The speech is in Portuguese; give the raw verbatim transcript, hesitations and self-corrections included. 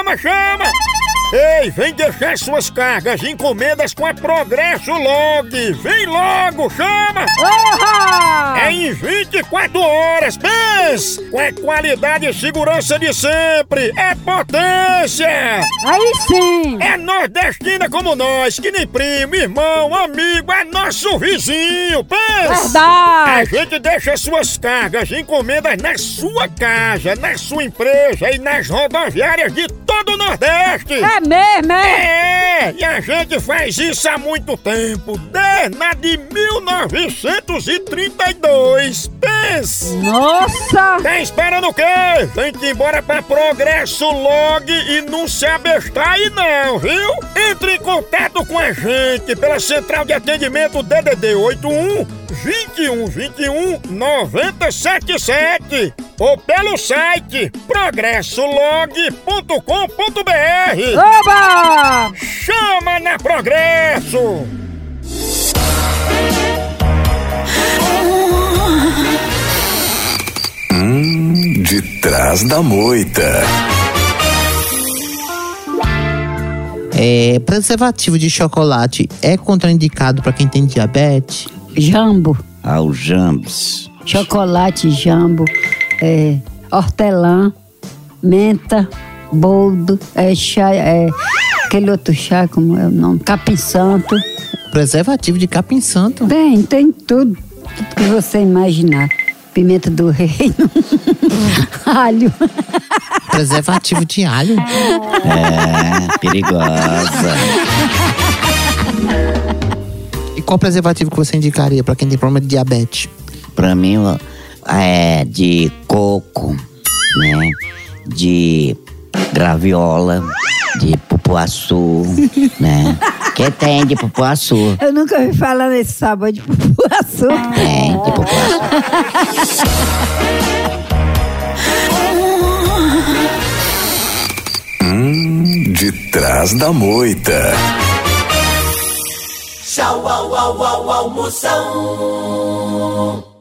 chama, chama! Ei, vem deixar suas cargas e encomendas com a Progresso Log! Vem logo, chama! Uhum. É em vinte e quatro horas, pensa! Com a qualidade e segurança de sempre! É potência! Aí sim! É nordestina como nós, que nem primo, irmão, amigo, é nosso vizinho, pensa! A Verdade! gente deixa suas cargas e encomendas na sua casa, na sua empresa e nas rodoviárias de todo o Nordeste! É mesmo, é? É, e a gente faz isso há muito tempo, desde a de mil novecentos e trinta e dois. Pensa! Nossa! Tá esperando o quê? Tem que ir embora pra Progresso Log e não se abestar aí não, viu? Entre em contato com a gente pela central de atendimento D D D oito um, vinte e um, vinte e um, noventa e sete sete ou pelo site progresso log ponto com ponto br. Oba! Chama na Progresso! Hum, de trás da moita. É, preservativo de chocolate é contraindicado para quem tem diabetes? Jambo, Ah, o Jambos. chocolate Jambo, é, hortelã, menta, boldo, é, chá, é, aquele outro chá, como é o nome? Capim Santo. Preservativo de capim santo. Tem, tem tudo, tudo que você imaginar. Pimenta do reino, alho. Preservativo de alho. É, perigosa. E qual preservativo que você indicaria para quem tem problema de diabetes? Pra mim, ó, é de coco, né? De graviola, de pupuaçu, né? Que tem de pupuaçu. Eu nunca ouvi falar nesse sabor de pupuaçu. Tem de pupuaçu. Hum, de trás da moita. Tchau, au, au, au, almoção.